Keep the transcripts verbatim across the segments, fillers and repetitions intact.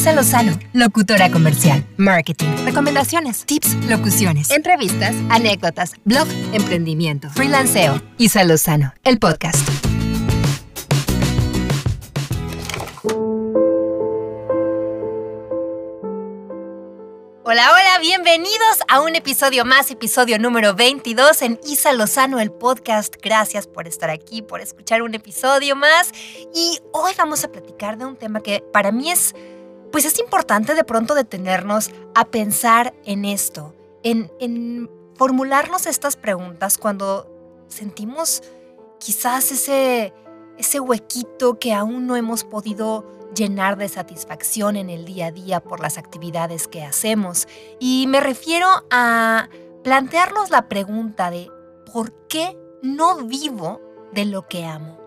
Isa Lozano, locutora comercial, marketing, recomendaciones, tips, locuciones, entrevistas, anécdotas, blog, emprendimiento, freelanceo. Isa Lozano, el podcast. Hola, hola, bienvenidos a un episodio más, episodio número veintidós en Isa Lozano, el podcast. Gracias por estar aquí, por escuchar un episodio más. Y hoy vamos a platicar de un tema que para mí es, pues es importante de pronto detenernos a pensar en esto, en, en formularnos estas preguntas cuando sentimos quizás ese, ese huequito que aún no hemos podido llenar de satisfacción en el día a día por las actividades que hacemos. Y me refiero a plantearnos la pregunta de ¿por qué no vivo de lo que amo?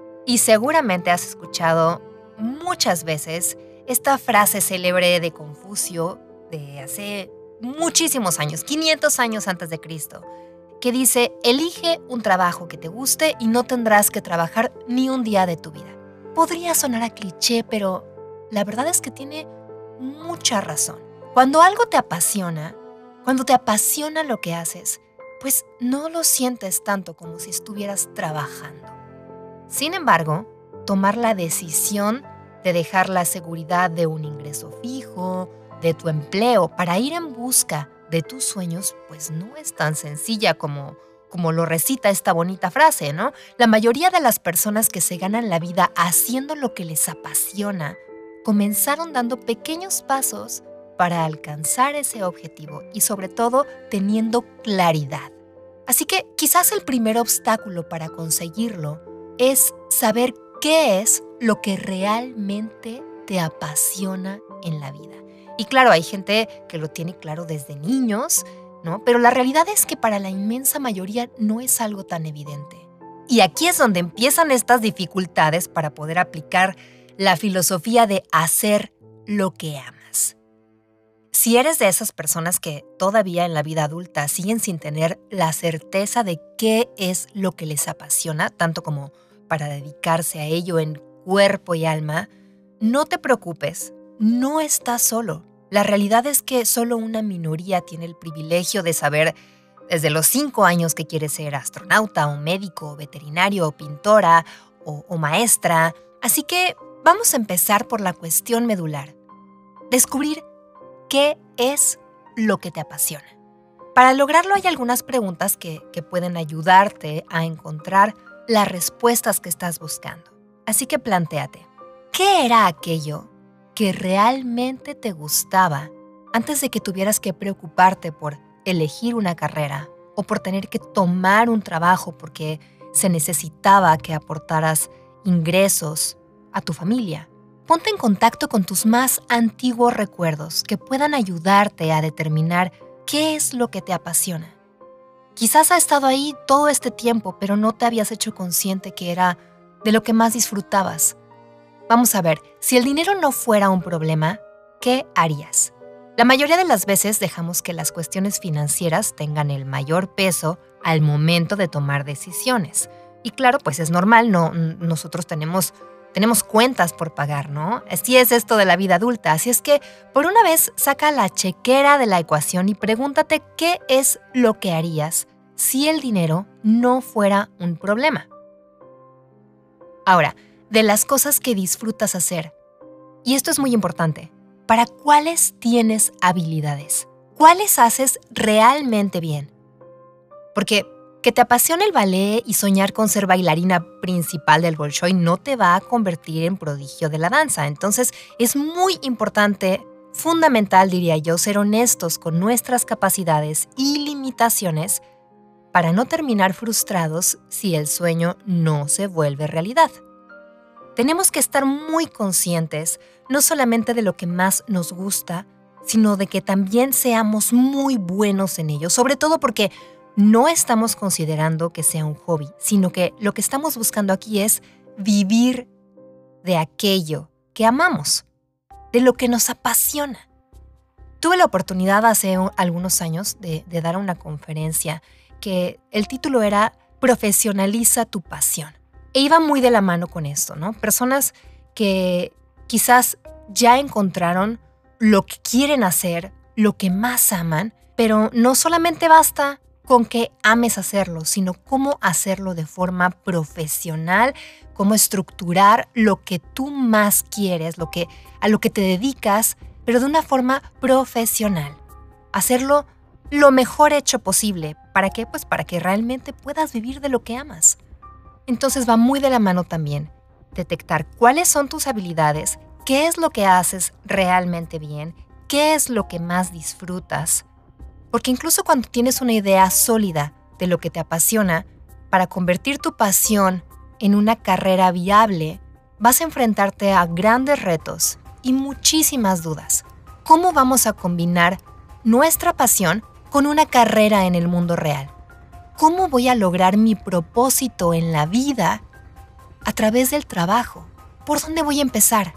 Y seguramente has escuchado muchas veces esta frase célebre de Confucio de hace muchísimos años, quinientos años antes de Cristo, que dice: elige un trabajo que te guste y no tendrás que trabajar ni un día de tu vida. Podría sonar a cliché, pero la verdad es que tiene mucha razón. Cuando algo te apasiona, cuando te apasiona lo que haces, pues no lo sientes tanto como si estuvieras trabajando. Sin embargo, tomar la decisión de dejar la seguridad de un ingreso fijo, de tu empleo, para ir en busca de tus sueños, pues no es tan sencilla como como lo recita esta bonita frase, ¿no? La mayoría de las personas que se ganan la vida haciendo lo que les apasiona comenzaron dando pequeños pasos para alcanzar ese objetivo y sobre todo teniendo claridad. Así que quizás el primer obstáculo para conseguirlo es saber qué es lo que realmente te apasiona en la vida. Y claro, hay gente que lo tiene claro desde niños, ¿no? Pero la realidad es que para la inmensa mayoría no es algo tan evidente. Y aquí es donde empiezan estas dificultades para poder aplicar la filosofía de hacer lo que amas. Si eres de esas personas que todavía en la vida adulta siguen sin tener la certeza de qué es lo que les apasiona, tanto como para dedicarse a ello en cuerpo y alma, no te preocupes, no estás solo. La realidad es que solo una minoría tiene el privilegio de saber desde los cinco años que quieres ser astronauta o médico o veterinario o pintora o, o maestra. Así que vamos a empezar por la cuestión medular. Descubrir qué es lo que te apasiona. Para lograrlo hay algunas preguntas que, que pueden ayudarte a encontrar las respuestas que estás buscando. Así que plantéate, ¿qué era aquello que realmente te gustaba antes de que tuvieras que preocuparte por elegir una carrera o por tener que tomar un trabajo porque se necesitaba que aportaras ingresos a tu familia? Ponte en contacto con tus más antiguos recuerdos que puedan ayudarte a determinar qué es lo que te apasiona. Quizás ha estado ahí todo este tiempo, pero no te habías hecho consciente que era de lo que más disfrutabas. Vamos a ver, si el dinero no fuera un problema, ¿qué harías? La mayoría de las veces dejamos que las cuestiones financieras tengan el mayor peso al momento de tomar decisiones. Y claro, pues es normal, no, nosotros tenemos, tenemos cuentas por pagar, ¿no? Así es esto de la vida adulta. Así es que, por una vez, saca la chequera de la ecuación y pregúntate qué es lo que harías si el dinero no fuera un problema. Ahora, de las cosas que disfrutas hacer. Y esto es muy importante. ¿Para cuáles tienes habilidades? ¿Cuáles haces realmente bien? Porque que te apasione el ballet y soñar con ser bailarina principal del Bolshoi no te va a convertir en prodigio de la danza. Entonces, es muy importante, fundamental diría yo, ser honestos con nuestras capacidades y limitaciones para no terminar frustrados si el sueño no se vuelve realidad. Tenemos que estar muy conscientes no solamente de lo que más nos gusta, sino de que también seamos muy buenos en ello, sobre todo porque no estamos considerando que sea un hobby, sino que lo que estamos buscando aquí es vivir de aquello que amamos, de lo que nos apasiona. Tuve la oportunidad hace algunos años de, de dar una conferencia que el título era Profesionaliza tu pasión. E iba muy de la mano con esto, ¿no? Personas que quizás ya encontraron lo que quieren hacer, lo que más aman, pero no solamente basta con que ames hacerlo, sino cómo hacerlo de forma profesional, cómo estructurar lo que tú más quieres, lo que, a lo que te dedicas, pero de una forma profesional. Hacerlo lo mejor hecho posible. ¿Para qué? Pues para que realmente puedas vivir de lo que amas. Entonces va muy de la mano también detectar cuáles son tus habilidades, qué es lo que haces realmente bien, qué es lo que más disfrutas. Porque incluso cuando tienes una idea sólida de lo que te apasiona, para convertir tu pasión en una carrera viable, vas a enfrentarte a grandes retos y muchísimas dudas. ¿Cómo vamos a combinar nuestra pasión con una carrera en el mundo real? ¿Cómo voy a lograr mi propósito en la vida a través del trabajo? ¿Por dónde voy a empezar?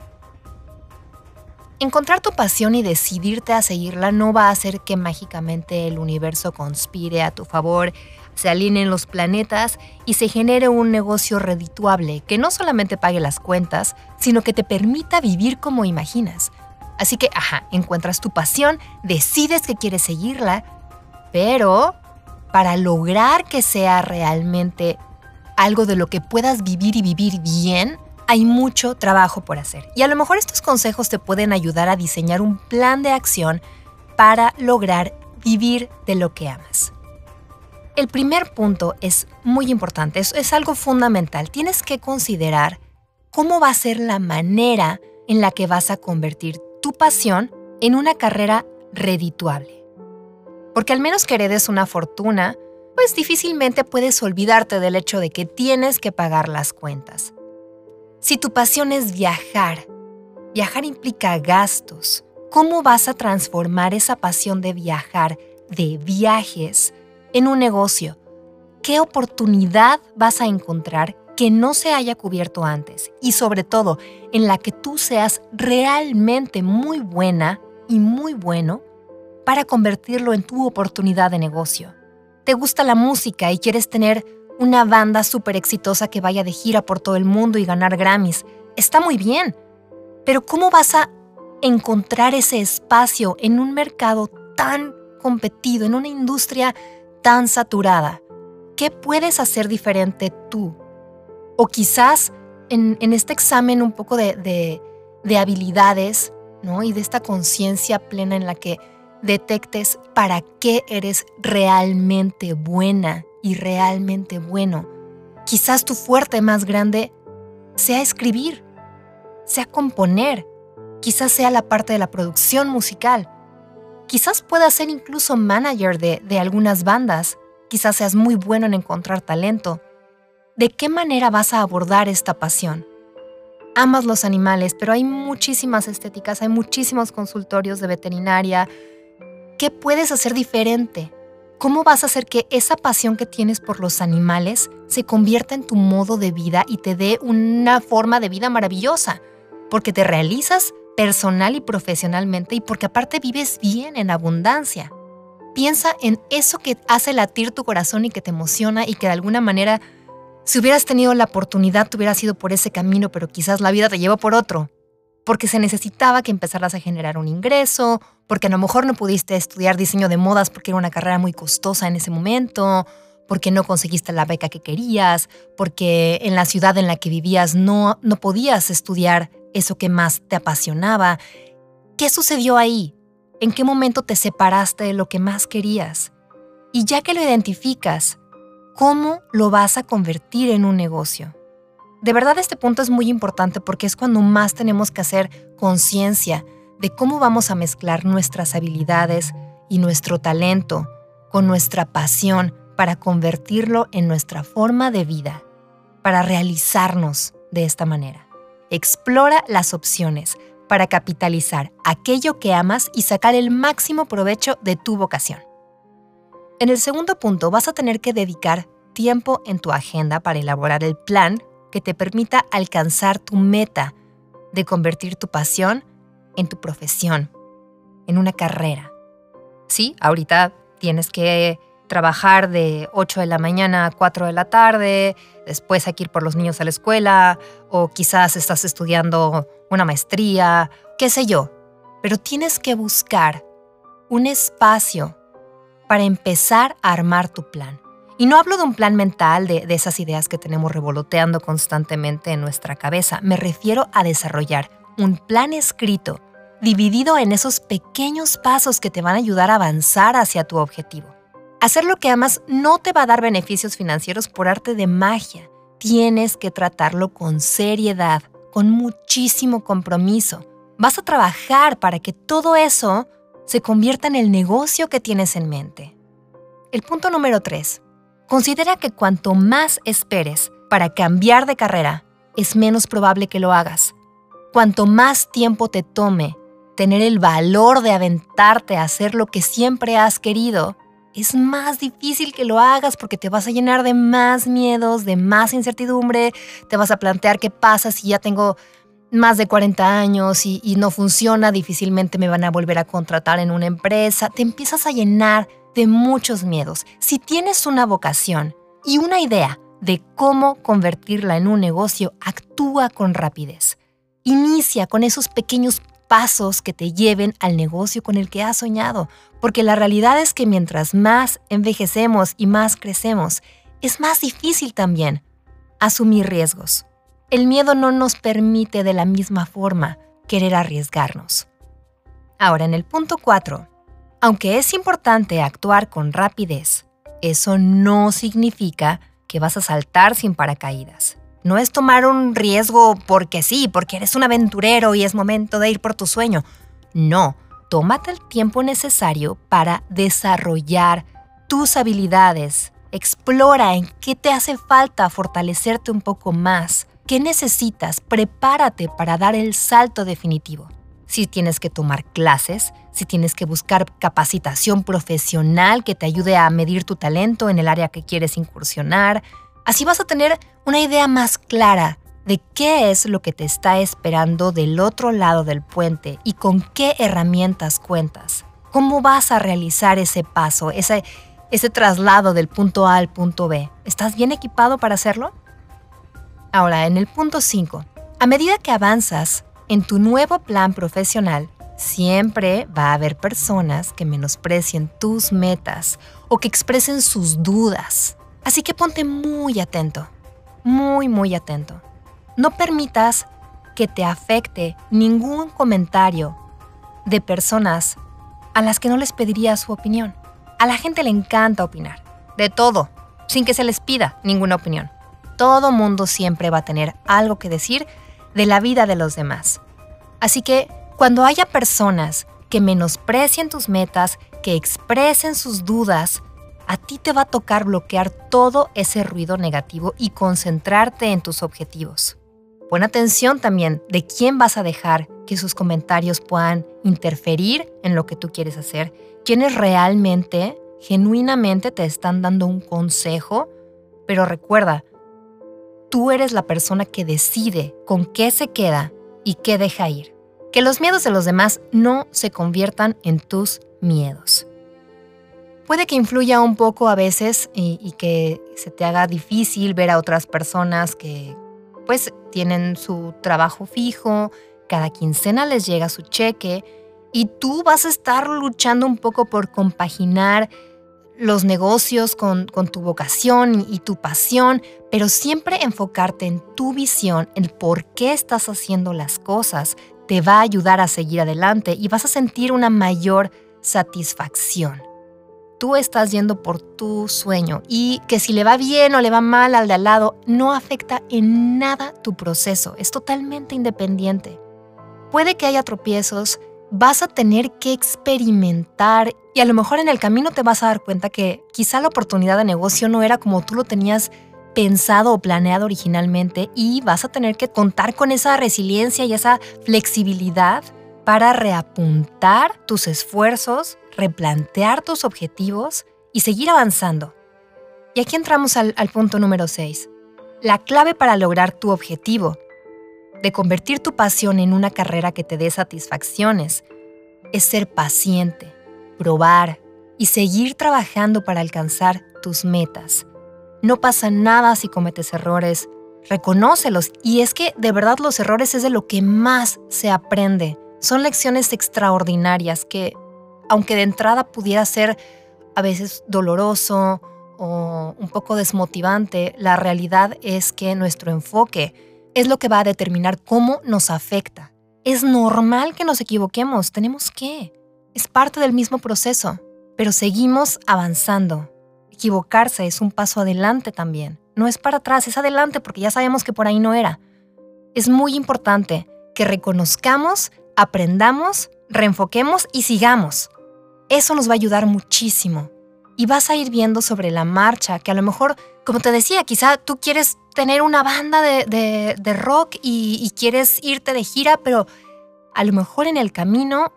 Encontrar tu pasión y decidirte a seguirla no va a hacer que mágicamente el universo conspire a tu favor, se alineen los planetas y se genere un negocio redituable que no solamente pague las cuentas, sino que te permita vivir como imaginas. Así que, ajá, encuentras tu pasión, decides que quieres seguirla, pero para lograr que sea realmente algo de lo que puedas vivir y vivir bien, hay mucho trabajo por hacer. Y a lo mejor estos consejos te pueden ayudar a diseñar un plan de acción para lograr vivir de lo que amas. El primer punto es muy importante, es, es algo fundamental. Tienes que considerar cómo va a ser la manera en la que vas a convertir tu pasión en una carrera redituable. Porque al menos que heredes una fortuna, pues difícilmente puedes olvidarte del hecho de que tienes que pagar las cuentas. Si tu pasión es viajar, viajar implica gastos. ¿Cómo vas a transformar esa pasión de viajar, de viajes, en un negocio? ¿Qué oportunidad vas a encontrar que no se haya cubierto antes? Y sobre todo, en la que tú seas realmente muy buena y muy bueno para convertirlo en tu oportunidad de negocio. ¿Te gusta la música y quieres tener una banda súper exitosa que vaya de gira por todo el mundo y ganar Grammys? Está muy bien, pero ¿cómo vas a encontrar ese espacio en un mercado tan competido, en una industria tan saturada? ¿Qué puedes hacer diferente tú? O quizás en, en este examen un poco de, de, de habilidades, ¿no? Y de esta conciencia plena en la que detectes para qué eres realmente buena y realmente bueno. Quizás tu fuerte más grande sea escribir, sea componer, quizás sea la parte de la producción musical. Quizás puedas ser incluso manager de, de algunas bandas. Quizás seas muy bueno en encontrar talento. ¿De qué manera vas a abordar esta pasión? Amas los animales, pero hay muchísimas estéticas, hay muchísimos consultorios de veterinaria. ¿Qué puedes hacer diferente? ¿Cómo vas a hacer que esa pasión que tienes por los animales se convierta en tu modo de vida y te dé una forma de vida maravillosa? Porque te realizas personal y profesionalmente y porque aparte vives bien en abundancia. Piensa en eso que hace latir tu corazón y que te emociona y que de alguna manera, si hubieras tenido la oportunidad, te hubieras ido por ese camino, pero quizás la vida te llevó por otro. Porque se necesitaba que empezaras a generar un ingreso, porque a lo mejor no pudiste estudiar diseño de modas porque era una carrera muy costosa en ese momento, porque no conseguiste la beca que querías, porque en la ciudad en la que vivías no, no podías estudiar eso que más te apasionaba. ¿Qué sucedió ahí? ¿En qué momento te separaste de lo que más querías? Y ya que lo identificas, ¿cómo lo vas a convertir en un negocio? De verdad, este punto es muy importante porque es cuando más tenemos que hacer conciencia de cómo vamos a mezclar nuestras habilidades y nuestro talento con nuestra pasión para convertirlo en nuestra forma de vida, para realizarnos de esta manera. Explora las opciones para capitalizar aquello que amas y sacar el máximo provecho de tu vocación. En el segundo punto, vas a tener que dedicar tiempo en tu agenda para elaborar el plan que te permita alcanzar tu meta de convertir tu pasión en tu profesión, en una carrera. Sí, ahorita tienes que trabajar de ocho de la mañana a cuatro de la tarde, después hay que ir por los niños a la escuela, o quizás estás estudiando una maestría, qué sé yo. Pero tienes que buscar un espacio para empezar a armar tu plan. Y no hablo de un plan mental, de, de esas ideas que tenemos revoloteando constantemente en nuestra cabeza. Me refiero a desarrollar un plan escrito, dividido en esos pequeños pasos que te van a ayudar a avanzar hacia tu objetivo. Hacer lo que amas no te va a dar beneficios financieros por arte de magia. Tienes que tratarlo con seriedad, con muchísimo compromiso. Vas a trabajar para que todo eso se convierta en el negocio que tienes en mente. El punto número tres. Considera que cuanto más esperes para cambiar de carrera, es menos probable que lo hagas. Cuanto más tiempo te tome tener el valor de aventarte a hacer lo que siempre has querido, es más difícil que lo hagas porque te vas a llenar de más miedos, de más incertidumbre, te vas a plantear qué pasa si ya tengo más de cuarenta años y, y no funciona, difícilmente me van a volver a contratar en una empresa. Te empiezas a llenar de muchos miedos. Si tienes una vocación y una idea de cómo convertirla en un negocio, actúa con rapidez. Inicia con esos pequeños pasos que te lleven al negocio con el que has soñado, porque la realidad es que mientras más envejecemos y más crecemos, es más difícil también asumir riesgos. El miedo no nos permite de la misma forma querer arriesgarnos. Ahora, en el punto cuatro, aunque es importante actuar con rapidez, eso no significa que vas a saltar sin paracaídas. No es tomar un riesgo porque sí, porque eres un aventurero y es momento de ir por tu sueño. No, tómate el tiempo necesario para desarrollar tus habilidades. Explora en qué te hace falta fortalecerte un poco más. ¿Qué necesitas? Prepárate para dar el salto definitivo. Si tienes que tomar clases, si tienes que buscar capacitación profesional que te ayude a medir tu talento en el área que quieres incursionar, así vas a tener una idea más clara de qué es lo que te está esperando del otro lado del puente y con qué herramientas cuentas. ¿Cómo vas a realizar ese paso, ese, ese traslado del punto A al punto B? ¿Estás bien equipado para hacerlo? Ahora, en el punto cinco, a medida que avanzas en tu nuevo plan profesional, siempre va a haber personas que menosprecien tus metas o que expresen sus dudas. Así que ponte muy atento, muy, muy atento. No permitas que te afecte ningún comentario de personas a las que no les pediría su opinión. A la gente le encanta opinar, de todo, sin que se les pida ninguna opinión. Todo mundo siempre va a tener algo que decir de la vida de los demás. Así que cuando haya personas que menosprecien tus metas, que expresen sus dudas, a ti te va a tocar bloquear todo ese ruido negativo y concentrarte en tus objetivos. Pon atención también de quién vas a dejar que sus comentarios puedan interferir en lo que tú quieres hacer, quiénes realmente, genuinamente te están dando un consejo, pero recuerda, tú eres la persona que decide con qué se queda y qué deja ir. Que los miedos de los demás no se conviertan en tus miedos. Puede que influya un poco a veces y, y que se te haga difícil ver a otras personas que pues tienen su trabajo fijo, cada quincena les llega su cheque y tú vas a estar luchando un poco por compaginar los negocios con, con tu vocación y, y tu pasión, pero siempre enfocarte en tu visión, el por qué estás haciendo las cosas, te va a ayudar a seguir adelante y vas a sentir una mayor satisfacción. Tú estás yendo por tu sueño y que si le va bien o le va mal al de al lado, no afecta en nada tu proceso. Es totalmente independiente. Puede que haya tropiezos, vas a tener que experimentar y a lo mejor en el camino te vas a dar cuenta que quizá la oportunidad de negocio no era como tú lo tenías pensado o planeado originalmente y vas a tener que contar con esa resiliencia y esa flexibilidad para reapuntar tus esfuerzos, replantear tus objetivos y seguir avanzando. Y aquí entramos al, al punto número seis. La clave para lograr tu objetivo, de convertir tu pasión en una carrera que te dé satisfacciones, es ser paciente, probar, y seguir trabajando para alcanzar tus metas. No pasa nada si cometes errores, reconócelos. Y es que de verdad los errores es de lo que más se aprende. Son lecciones extraordinarias que, aunque de entrada pudiera ser a veces doloroso o un poco desmotivante, la realidad es que nuestro enfoque es lo que va a determinar cómo nos afecta. Es normal que nos equivoquemos, tenemos que. Es parte del mismo proceso, pero seguimos avanzando. Equivocarse es un paso adelante también. No es para atrás, es adelante porque ya sabemos que por ahí no era. Es muy importante que reconozcamos, aprendamos, reenfoquemos y sigamos. Eso nos va a ayudar muchísimo. Y vas a ir viendo sobre la marcha que a lo mejor, como te decía, quizá tú quieres tener una banda de, de, de rock y, y quieres irte de gira, pero a lo mejor en el camino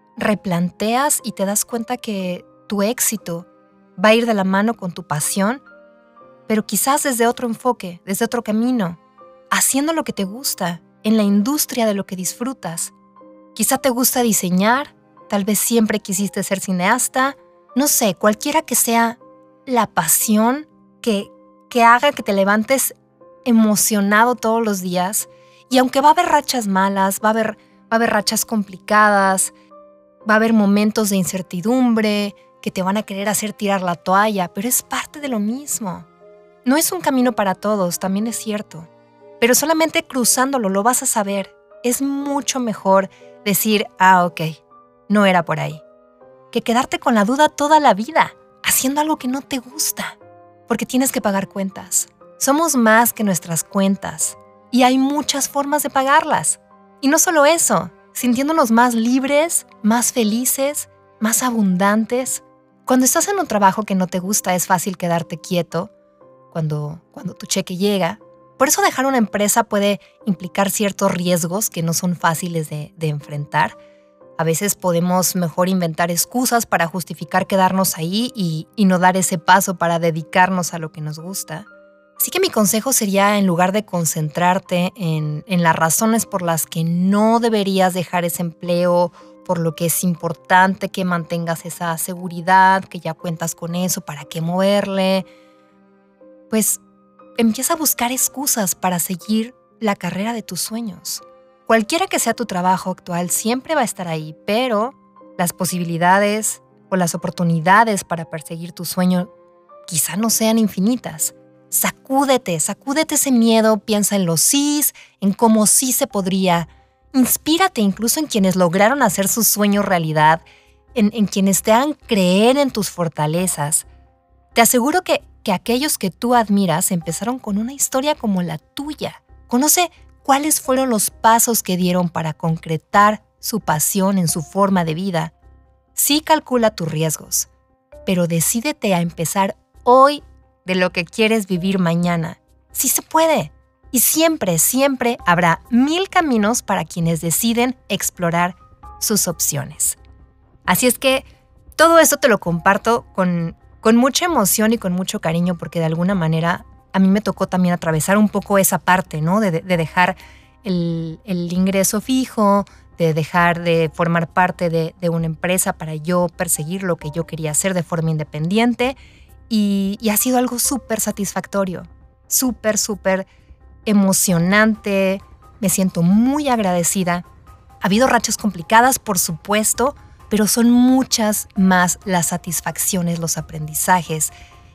replanteas y te das cuenta que tu éxito va a ir de la mano con tu pasión, pero quizás desde otro enfoque, desde otro camino, haciendo lo que te gusta, en la industria de lo que disfrutas. Quizá te gusta diseñar, tal vez siempre quisiste ser cineasta, no sé, cualquiera que sea la pasión que, que haga que te levantes emocionado todos los días. Y aunque va a haber rachas malas, va a haber, va a haber rachas complicadas, va a haber momentos de incertidumbre que te van a querer hacer tirar la toalla, pero es parte de lo mismo. No es un camino para todos, también es cierto. Pero solamente cruzándolo lo vas a saber. Es mucho mejor decir, ah, ok, no era por ahí, que quedarte con la duda toda la vida, haciendo algo que no te gusta, porque tienes que pagar cuentas. Somos más que nuestras cuentas, y hay muchas formas de pagarlas. Y no solo eso, sintiéndonos más libres, más felices, más abundantes. Cuando estás en un trabajo que no te gusta, es fácil quedarte quieto cuando, cuando tu cheque llega. Por eso dejar una empresa puede implicar ciertos riesgos que no son fáciles de, de enfrentar. A veces podemos mejor inventar excusas para justificar quedarnos ahí y, y no dar ese paso para dedicarnos a lo que nos gusta. Así que mi consejo sería, en lugar de concentrarte en, en las razones por las que no deberías dejar ese empleo, por lo que es importante que mantengas esa seguridad, que ya cuentas con eso, para qué moverle, pues empieza a buscar excusas para seguir la carrera de tus sueños. Cualquiera que sea tu trabajo actual siempre va a estar ahí, pero las posibilidades o las oportunidades para perseguir tu sueño quizá no sean infinitas. Sacúdete, sacúdete ese miedo, piensa en los sís, en cómo sí se podría. Inspírate incluso en quienes lograron hacer sus sueños realidad, en, en quienes te hagan creer en tus fortalezas. Te aseguro que, que aquellos que tú admiras empezaron con una historia como la tuya. Conoce cuáles fueron los pasos que dieron para concretar su pasión en su forma de vida. Sí, calcula tus riesgos, pero decídete a empezar hoy de lo que quieres vivir mañana. Sí se puede. Y siempre, siempre habrá mil caminos para quienes deciden explorar sus opciones. Así es que todo esto te lo comparto con, con mucha emoción y con mucho cariño, porque de alguna manera a mí me tocó también atravesar un poco esa parte, ¿no? De, de dejar el, el ingreso fijo, de dejar de formar parte de, de una empresa para yo perseguir lo que yo quería hacer de forma independiente. Y, y ha sido algo súper satisfactorio, súper, súper emocionante. Me siento muy agradecida. Ha habido rachas complicadas, por supuesto, pero son muchas más las satisfacciones, los aprendizajes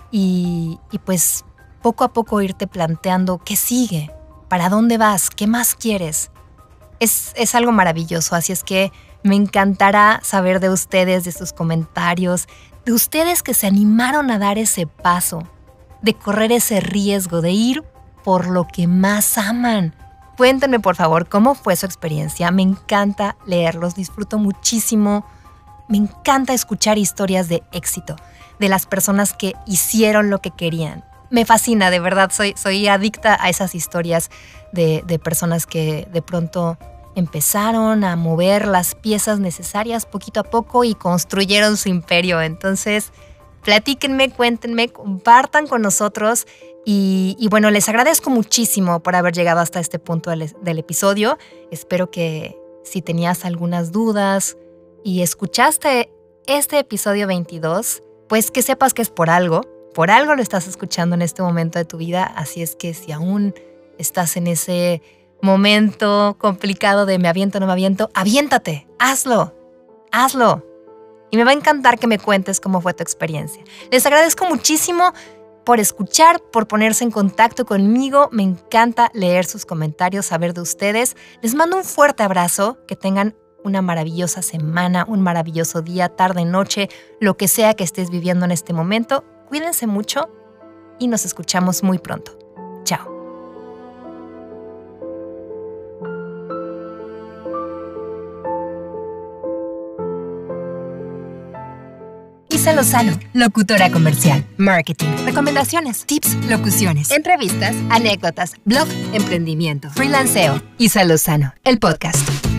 y, y pues poco a poco irte planteando qué sigue, para dónde vas, qué más quieres. Es, es algo maravilloso, así es que me encantará saber de ustedes, de sus comentarios, de ustedes que se animaron a dar ese paso, de correr ese riesgo, de ir por lo que más aman. Cuéntenme, por favor, cómo fue su experiencia. Me encanta leerlos, disfruto muchísimo. Me encanta escuchar historias de éxito, de las personas que hicieron lo que querían. Me fascina, de verdad, soy, soy adicta a esas historias de, de personas que de pronto empezaron a mover las piezas necesarias poquito a poco y construyeron su imperio. Entonces, platíquenme, cuéntenme, compartan con nosotros y, y bueno, les agradezco muchísimo por haber llegado hasta este punto del, del episodio. Espero que si tenías algunas dudas y escuchaste este episodio veintidós, pues que sepas que es por algo. Por algo lo estás escuchando en este momento de tu vida, así es que si aún estás en ese momento complicado de me aviento o no me aviento, aviéntate, hazlo, hazlo. Y me va a encantar que me cuentes cómo fue tu experiencia. Les agradezco muchísimo por escuchar, por ponerse en contacto conmigo. Me encanta leer sus comentarios, saber de ustedes. Les mando un fuerte abrazo, que tengan una maravillosa semana, un maravilloso día, tarde, noche, lo que sea que estés viviendo en este momento. Cuídense mucho y nos escuchamos muy pronto. Chao. Isa Lozano, locutora comercial, marketing, recomendaciones, tips, locuciones, entrevistas, anécdotas, blog, emprendimiento, freelanceo. Isa Lozano, el podcast.